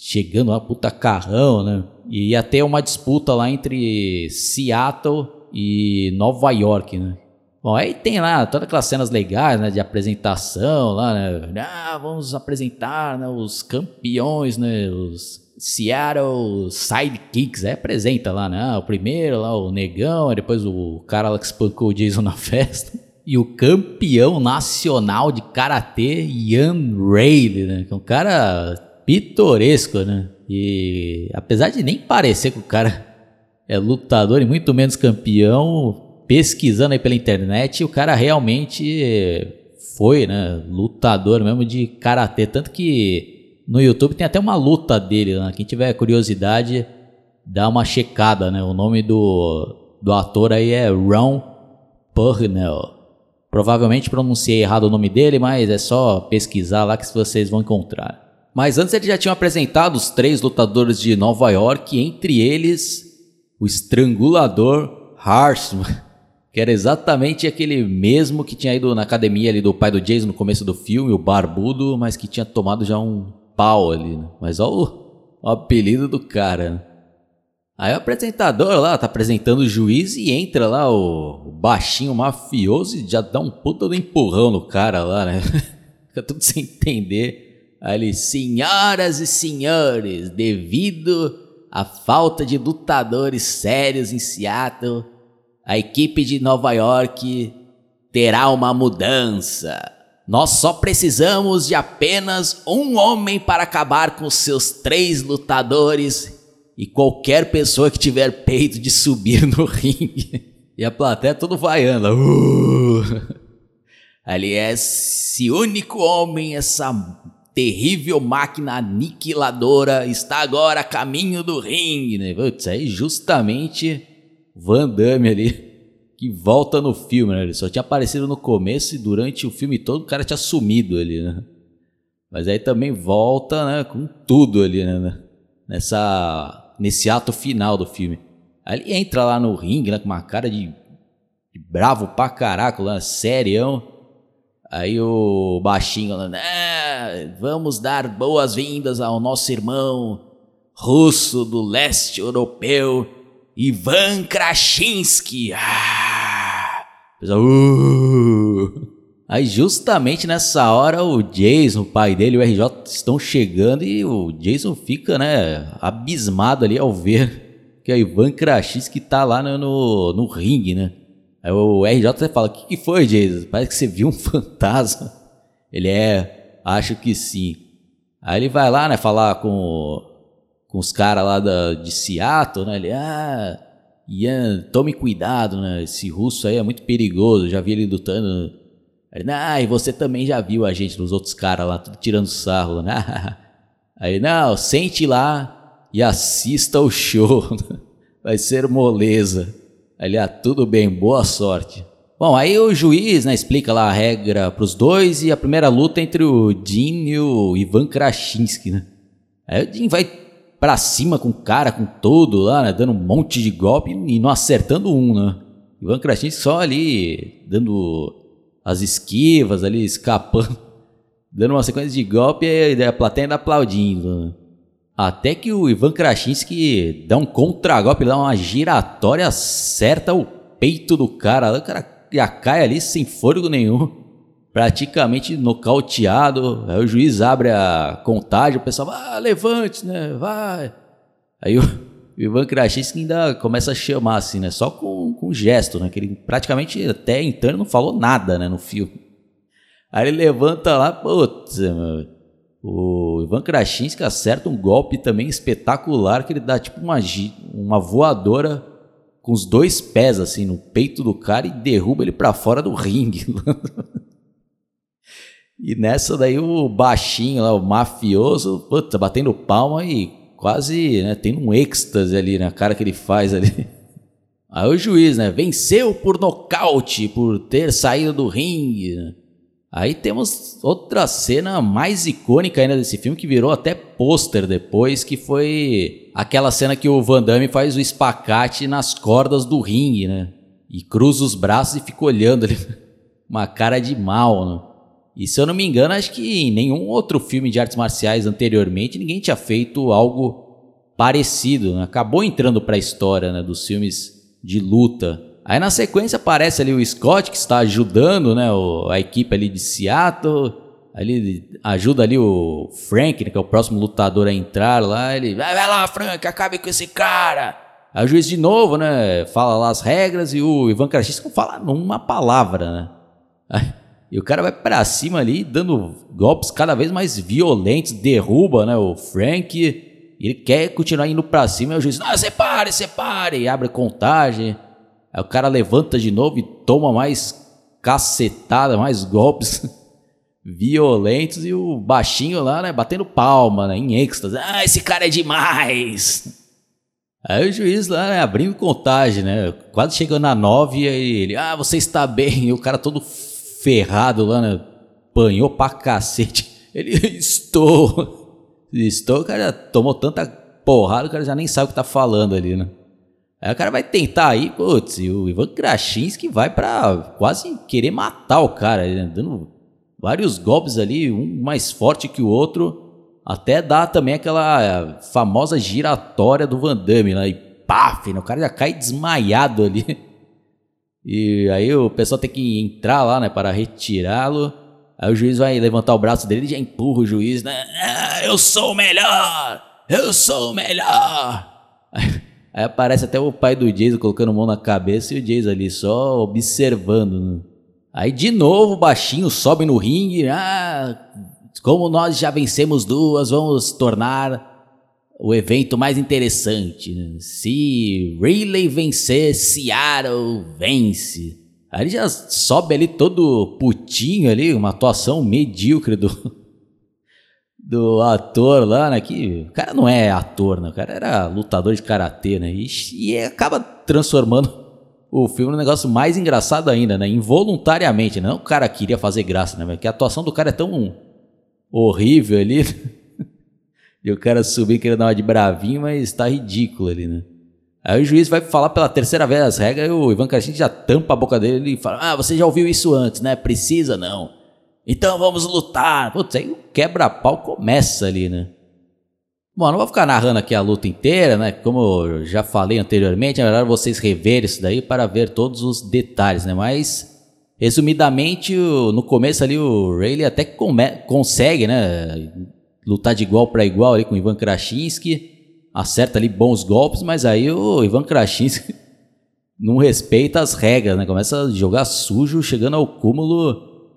A: chegando lá, puta carrão, né? E ia ter uma disputa lá entre Seattle e Nova York, né? Bom, aí tem lá todas aquelas cenas legais, né, de apresentação lá, né? Ah, vamos apresentar, né, os campeões, né, os Seattle Sidekicks. Aí apresenta lá, né? Ah, o primeiro lá, o negão, aí depois o cara lá que espancou o Jason na festa. E o campeão nacional de karatê, Ian Rayleigh, né? Que é um cara pitoresco, né? E apesar de nem parecer que o cara é lutador e muito menos campeão, pesquisando aí pela internet, o cara realmente foi, né? Lutador mesmo de karatê. Tanto que no YouTube tem até uma luta dele, né? Quem tiver curiosidade, dá uma checada, né? O nome do, do ator aí é Ron Purnell. Provavelmente pronunciei errado o nome dele, mas é só pesquisar lá que vocês vão encontrar. Mas antes ele já tinha apresentado os três lutadores de Nova York, entre eles o estrangulador Horseman, que era exatamente aquele mesmo que tinha ido na academia ali do pai do Jason no começo do filme, o barbudo, mas que tinha tomado já um pau ali, né? Mas olha o, o apelido do cara, né? Aí o apresentador lá tá apresentando o juiz e entra lá o, o baixinho mafioso e já dá um puta do empurrão no cara lá, né? Fica tudo sem entender. Aí ele, senhoras e senhores, devido à falta de lutadores sérios em Seattle, a equipe de Nova York terá uma mudança. Nós só precisamos de apenas um homem para acabar com seus três lutadores e qualquer pessoa que tiver peito de subir no ringue. E a plateia todo vaiando. Uh! Ali é esse único homem, essa terrível máquina aniquiladora, está agora a caminho do ringue, né? Putz, aí justamente Van Damme ali, que volta no filme, né? Ele só tinha aparecido no começo e durante o filme todo o cara tinha sumido ali, né? Mas aí também volta, né, com tudo ali, né? Nessa... Nesse ato final do filme. Aí ele entra lá no ringue, né, com uma cara de, de bravo pra caraca, lá, serião. Aí o baixinho lá, ah, vamos dar boas-vindas ao nosso irmão russo do leste europeu, Ivan Krasinski. Ah, uh. Aí justamente nessa hora o Jason, o pai dele e o R J estão chegando e o Jason fica, né, abismado ali ao ver que é o Ivan Krasinski tá lá no, no, no ringue, né. Aí o R J fala, o que, que foi, Jason? Parece que você viu um fantasma. Ele é, acho que sim. Aí ele vai lá, né, falar com, com os caras lá da, de Seattle, né, ele, ah, Ian, tome cuidado, né, esse russo aí é muito perigoso, já vi ele lutando. Ah, e você também já viu a gente, dos outros caras lá, tudo tirando sarro, né? Aí, não, sente lá e assista o show, vai ser moleza. Aí, ah, tudo bem, boa sorte. Bom, aí o juiz, né, explica lá a regra pros dois e a primeira luta entre o Dean e o Ivan Krasinski, né? Aí o Dean vai pra cima com o cara, com tudo lá, né, dando um monte de golpe e não acertando um, né? Ivan Krasinski só ali, dando as esquivas ali, escapando, dando uma sequência de golpe e a plateia ainda aplaudindo. Até que o Ivan Krasinski dá um contragolpe, dá uma giratória, acerta o peito do cara. O cara já cai ali sem fôlego nenhum, praticamente nocauteado. Aí o juiz abre a contagem, o pessoal, ah, levante, né, vai. Aí o O Ivan Krasinski ainda começa a chamar assim, né? Só com, com gesto, né? Que ele praticamente até então não falou nada, né? No filme. Aí ele levanta lá, putz, meu, o Ivan Krasinski acerta um golpe também espetacular, que ele dá tipo uma, uma voadora com os dois pés assim no peito do cara e derruba ele pra fora do ringue. E nessa daí o baixinho lá, o mafioso, putz, batendo palma e quase, né, tem um êxtase ali na cara que ele faz ali. Aí o juiz, né, venceu por nocaute, por ter saído do ringue. Aí temos outra cena mais icônica ainda desse filme, que virou até pôster depois, que foi aquela cena que o Van Damme faz o espacate nas cordas do ringue, né, e cruza os braços e fica olhando ali, uma cara de mal, né? E se eu não me engano, acho que em nenhum outro filme de artes marciais anteriormente ninguém tinha feito algo parecido, né? Acabou entrando para a história, né, dos filmes de luta. Aí na sequência aparece ali o Scott, que está ajudando, né, o, a equipe ali de Seattle. Aí ele ajuda ali o Frank, né, que é o próximo lutador a entrar lá. Ele, vai, vai lá, Frank, acabe com esse cara. Aí o juiz de novo, né, fala lá as regras e o Ivan Krasinski não fala uma palavra, né. Aí, e o cara vai pra cima ali, dando golpes cada vez mais violentos, derruba, né, o Frank. E ele quer continuar indo pra cima, e o juiz, não, separe, separe, e abre contagem. Aí o cara levanta de novo e toma mais cacetada, mais golpes violentos, e o baixinho lá, né, batendo palma, né, em êxtase. Ah, esse cara é demais! Aí o juiz lá, né, abrindo contagem, né, quase chegando na nove, e aí ele, ah, você está bem, e o cara todo ferrado lá, né, apanhou pra cacete. Ele, estou, estou, o cara já tomou tanta porrada, o cara já nem sabe o que tá falando ali, né. Aí o cara vai tentar aí, putz, e o Ivan Krasinski vai pra quase querer matar o cara, né, dando vários golpes ali, um mais forte que o outro, até dá também aquela famosa giratória do Van Damme lá, e paf, né, o cara já cai desmaiado ali. E aí o pessoal tem que entrar lá, né, para retirá-lo. Aí o juiz vai levantar o braço dele e já empurra o juiz, né, ah, eu sou o melhor, eu sou o melhor. Aí, aí aparece até o pai do Jason colocando a mão na cabeça e o Jason ali só observando, né? Aí de novo o baixinho sobe no ringue, ah, como nós já vencemos duas, vamos tornar o evento mais interessante, né? Se Riley vencer, Seattle vence. Aí ele já sobe ali todo putinho ali, uma atuação medíocre do, do ator lá, né? Que o cara não é ator, né? O cara era lutador de karatê, né? E, e acaba transformando o filme num negócio mais engraçado ainda, né? Involuntariamente, né? Não o cara queria fazer graça, né? Porque a atuação do cara é tão horrível ali. E o cara subir querendo dar uma de bravinho, mas tá ridículo ali, né? Aí o juiz vai falar pela terceira vez as regras e o Ivan Krasinski já tampa a boca dele e fala, ah, você já ouviu isso antes, né? Precisa não. Então vamos lutar. Putz, aí o quebra-pau começa ali, né? Bom, não vou ficar narrando aqui a luta inteira, né? Como eu já falei anteriormente, é melhor vocês reverem isso daí para ver todos os detalhes, né? Mas, resumidamente, no começo ali o Riley até que consegue, né, lutar de igual para igual ali com o Ivan Krasinski, acerta ali bons golpes, mas aí o Ivan Krasinski não respeita as regras, né? Começa a jogar sujo, chegando ao cúmulo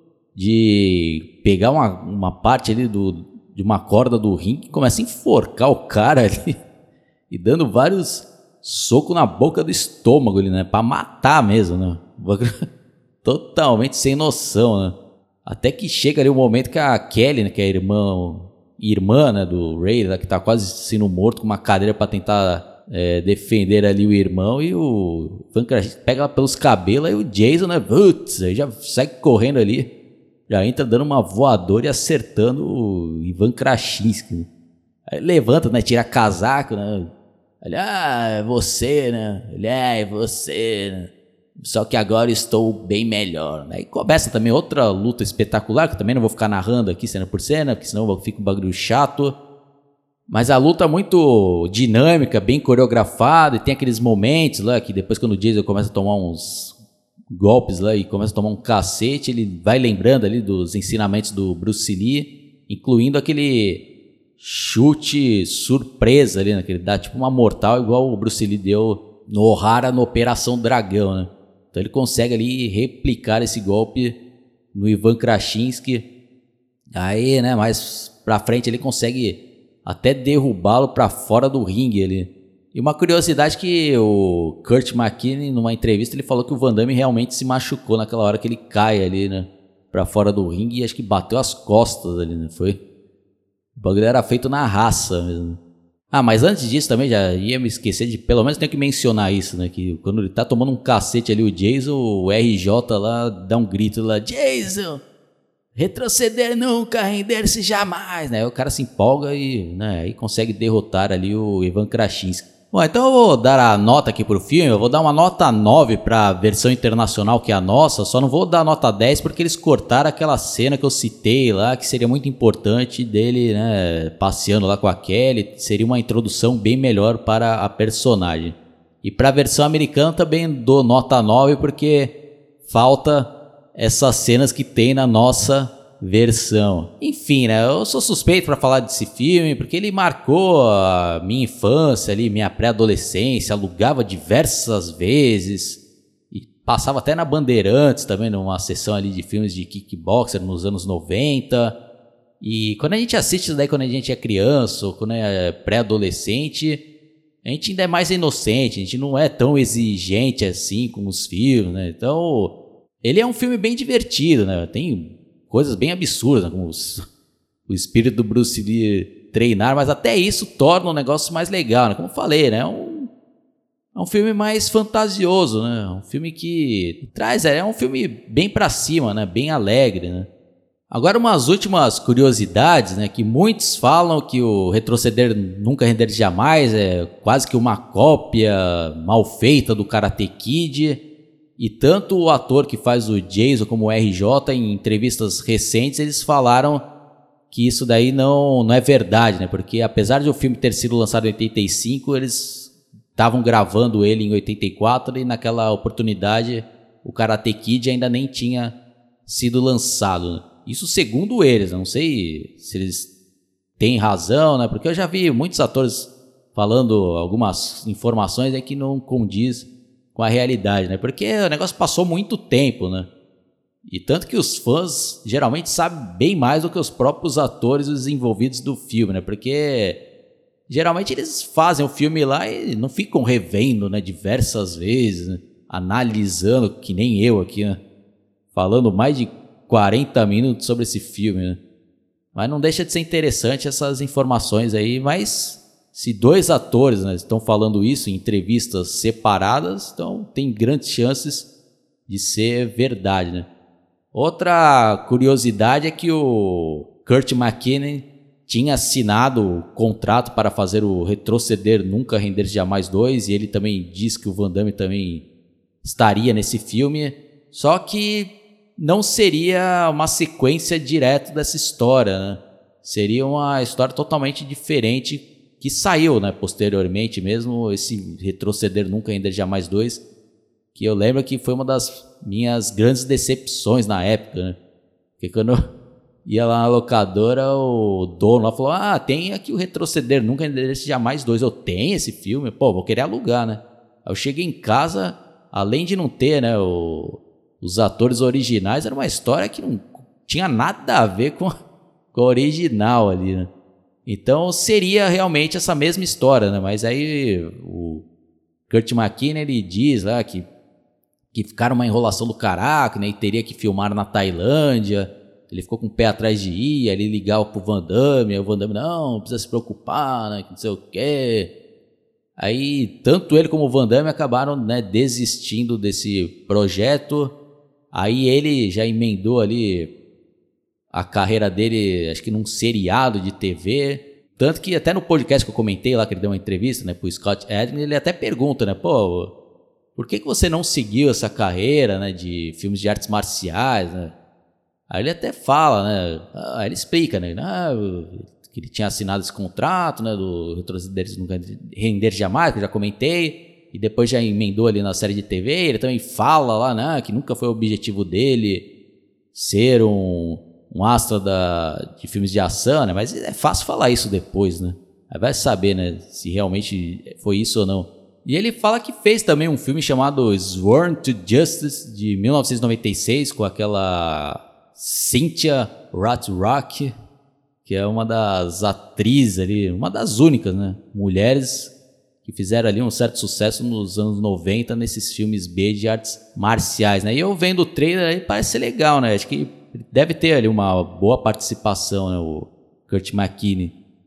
A: de pegar uma, uma parte ali do... de uma corda do ringue, começa a enforcar o cara ali e dando vários socos na boca do estômago ali, né? Pra matar mesmo, né? Totalmente sem noção, né? Até que chega ali o momento que a Kelly, né, que é a irmã, irmã né, do Ray, né, que tá quase sendo morto com uma cadeira pra tentar é, defender ali o irmão, e o Ivan Krasinski pega ela pelos cabelos, aí o Jason, né? Putz, aí já segue correndo ali. Já entra dando uma voadora e acertando o Ivan Krasinski, né? Aí levanta, né? Tira casaco, né? Ele, ah, é você, né? Ele, é, é você, né? Só que agora estou bem melhor, né? E começa também outra luta espetacular, que eu também não vou ficar narrando aqui cena por cena, porque senão fica um bagulho chato. Mas a luta é muito dinâmica, bem coreografada, e tem aqueles momentos lá que depois quando o Jason começa a tomar uns golpes lá e começa a tomar um cacete, ele vai lembrando ali dos ensinamentos do Bruce Lee, incluindo aquele chute surpresa ali, né, que ele dá tipo uma mortal igual o Bruce Lee deu no Ohara no Operação Dragão, né? Então ele consegue ali replicar esse golpe no Ivan Krasinski. Aí, né, mais pra frente ele consegue até derrubá-lo pra fora do ringue ali. E uma curiosidade que o Kurt McKinney, numa entrevista, ele falou que o Van Damme realmente se machucou naquela hora que ele cai ali, né, pra fora do ringue, e acho que bateu as costas ali, né, foi... O bagulho era feito na raça mesmo. Ah, mas antes disso também, já ia me esquecer de, pelo menos tenho que mencionar isso, né, que quando ele tá tomando um cacete ali, o Jason, o R J lá, dá um grito lá, Jason, retroceder nunca, render-se jamais, né, aí o cara se empolga e, né, aí consegue derrotar ali o Ivan Krasinski. Bom, então eu vou dar a nota aqui pro filme, eu vou dar uma nota nove pra versão internacional, que é a nossa, só não vou dar nota dez porque eles cortaram aquela cena que eu citei lá, que seria muito importante dele, né, passeando lá com a Kelly, seria uma introdução bem melhor para a personagem. E pra versão americana também dou nota nove porque falta essas cenas que tem na nossa versão. Enfim, né, eu sou suspeito pra falar desse filme porque ele marcou a minha infância ali, minha pré-adolescência, alugava diversas vezes e passava até na Bandeirantes também, numa sessão ali de filmes de kickboxer nos anos noventa. E quando a gente assiste isso daí quando a gente é criança ou quando é pré-adolescente, a gente ainda é mais inocente, a gente não é tão exigente assim com os filmes, né? Então, ele é um filme bem divertido, né? Tem coisas bem absurdas, né? Como os, o espírito do Bruce Lee treinar, mas até isso torna o negócio mais legal, né? Como eu falei, né? É um, é um filme mais fantasioso, né? Um filme que traz, é um filme bem pra cima, né? Bem alegre, né? Agora umas últimas curiosidades, né? Que muitos falam que o Retroceder Nunca Render Jamais é quase que uma cópia mal feita do Karate Kid. E tanto o ator que faz o Jason como o R J, em entrevistas recentes, eles falaram que isso daí não, não é verdade, né? Porque apesar de o filme ter sido lançado em oitenta e cinco, eles estavam gravando ele em oitenta e quatro e naquela oportunidade o Karate Kid ainda nem tinha sido lançado, né? Isso segundo eles, não sei se eles têm razão, né? Porque eu já vi muitos atores falando algumas informações aí que não condiz com a realidade, né? Porque o negócio passou muito tempo, né? E tanto que os fãs geralmente sabem bem mais do que os próprios atores e os envolvidos do filme, né? Porque geralmente eles fazem o filme lá e não ficam revendo, né? Diversas vezes, né? Analisando, que nem eu aqui, né? Falando mais de quarenta minutos sobre esse filme, né? Mas não deixa de ser interessante essas informações aí, mas se dois atores, né, estão falando isso em entrevistas separadas, então tem grandes chances de ser verdade, né? Outra curiosidade é que o Kurt McKinnon tinha assinado o contrato para fazer o Retroceder Nunca Render Jamais dois, e ele também diz que o Van Damme também estaria nesse filme, só que não seria uma sequência direta dessa história, né? Seria uma história totalmente diferente que saiu, né, posteriormente mesmo, esse Retroceder Nunca Render Jamais dois, que eu lembro que foi uma das minhas grandes decepções na época, né? Porque quando eu ia lá na locadora, o dono lá falou, ah, tem aqui o Retroceder Nunca Render Jamais dois, eu tenho esse filme, pô, vou querer alugar, né? Aí eu cheguei em casa, além de não ter, né, o, os atores originais, era uma história que não tinha nada a ver com, com a original ali, né? Então seria realmente essa mesma história, né? Mas aí o Kurt McKinnon, ele diz lá que, que ficaram uma enrolação do caraca, né? E teria que filmar na Tailândia. Ele ficou com o pé atrás de ir, ele ligava pro Van Damme, aí o Van Damme, não, não precisa se preocupar, né? Que não sei o quê. Aí tanto ele como o Van Damme acabaram, né, desistindo desse projeto. Aí ele já emendou ali a carreira dele, acho que num seriado de T V, tanto que até no podcast que eu comentei lá, que ele deu uma entrevista, né, pro Scott Adams, ele até pergunta, né, pô, por que que você não seguiu essa carreira, né, de filmes de artes marciais, né? Aí ele até fala, né, aí ele explica, né, ah, que ele tinha assinado esse contrato, né, do Retroceder Nunca Render Jamais, que eu já comentei, e depois já emendou ali na série de T V, ele também fala lá, né, que nunca foi o objetivo dele ser um um astro da, de filmes de ação, né? Mas é fácil falar isso depois, né? Aí vai saber, né, se realmente foi isso ou não. E ele fala que fez também um filme chamado Sworn to Justice, de mil novecentos e noventa e seis, com aquela Cynthia Rothrock, que é uma das atrizes ali, uma das únicas, né, mulheres que fizeram ali um certo sucesso nos anos noventa nesses filmes B de artes marciais, né? E eu vendo o trailer aí, parece ser legal, né? Acho que deve ter ali uma boa participação, né, o Kurt McKinnon.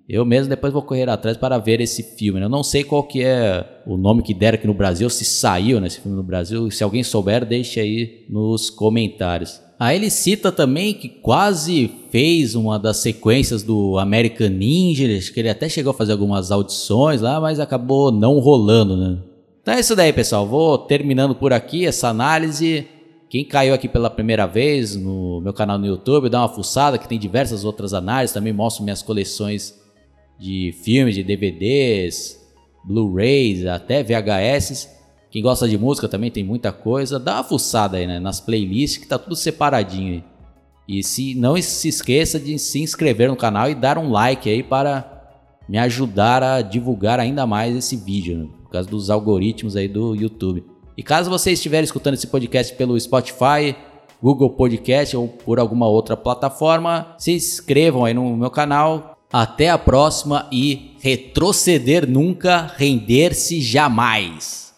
A: Eu mesmo depois vou correr atrás para ver esse filme. Eu não sei qual que é o nome que deram aqui no Brasil, se saiu nesse filme no Brasil. Se alguém souber, deixe aí nos comentários. Aí ele cita também que quase fez uma das sequências do American Ninja, acho que ele até chegou a fazer algumas audições lá, mas acabou não rolando, né? Então é isso daí, pessoal. Vou terminando por aqui essa análise. Quem caiu aqui pela primeira vez no meu canal no YouTube, dá uma fuçada, que tem diversas outras análises. Também mostro minhas coleções de filmes, de D V Ds, Blu-rays, até V H S. Quem gosta de música também tem muita coisa. Dá uma fuçada aí, né, nas playlists, que tá tudo separadinho aí. E se não se esqueça de se inscrever no canal e dar um like aí para me ajudar a divulgar ainda mais esse vídeo, né, por causa dos algoritmos aí do YouTube. E caso você estiver escutando esse podcast pelo Spotify, Google Podcast ou por alguma outra plataforma, se inscrevam aí no meu canal. Até a próxima e retroceder nunca, render-se jamais.